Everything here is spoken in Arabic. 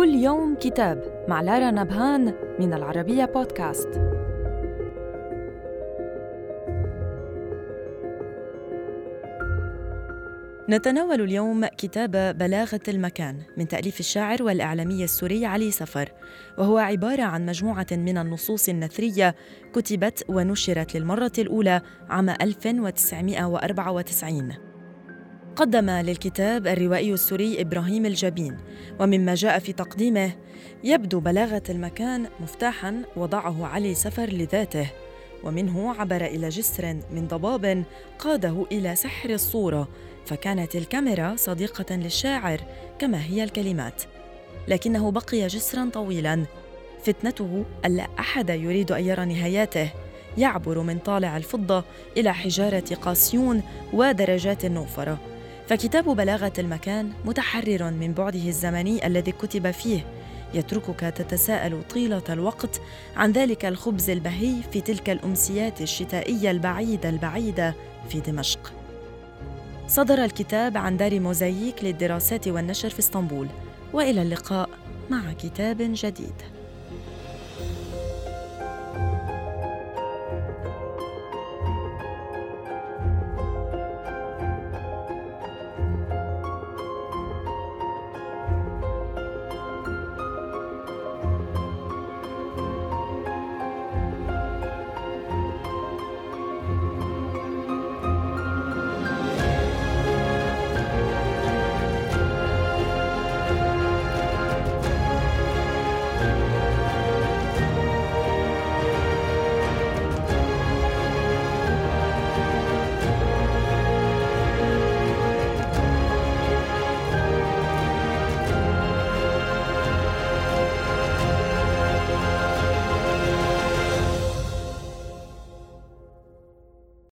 كل يوم كتاب مع لارا نبهان من العربية بودكاست. نتناول اليوم كتاب بلاغة المكان من تأليف الشاعر والإعلامي السوري علي سفر، وهو عبارة عن مجموعة من النصوص النثرية كتبت ونشرت للمرة الأولى عام 1994. قدم للكتاب الروائي السوري إبراهيم الجبين، ومما جاء في تقديمه: يبدو بلاغة المكان مفتاحاً وضعه علي سفر لذاته، ومنه عبر إلى جسر من ضباب قاده إلى سحر الصورة، فكانت الكاميرا صديقة للشاعر كما هي الكلمات، لكنه بقي جسراً طويلاً. فتنته ألا أحد يريد أن يرى نهاياته، يعبر من طالع الفضة إلى حجارة قاسيون ودرجات النوفرة. فكتاب بلاغة المكان متحرر من بعده الزمني الذي كتب فيه، يتركك تتساءل طيلة الوقت عن ذلك الخبز البهي في تلك الأمسيات الشتائية البعيدة في دمشق. صدر الكتاب عن دار موزاييك للدراسات والنشر في اسطنبول، وإلى اللقاء مع كتاب جديد.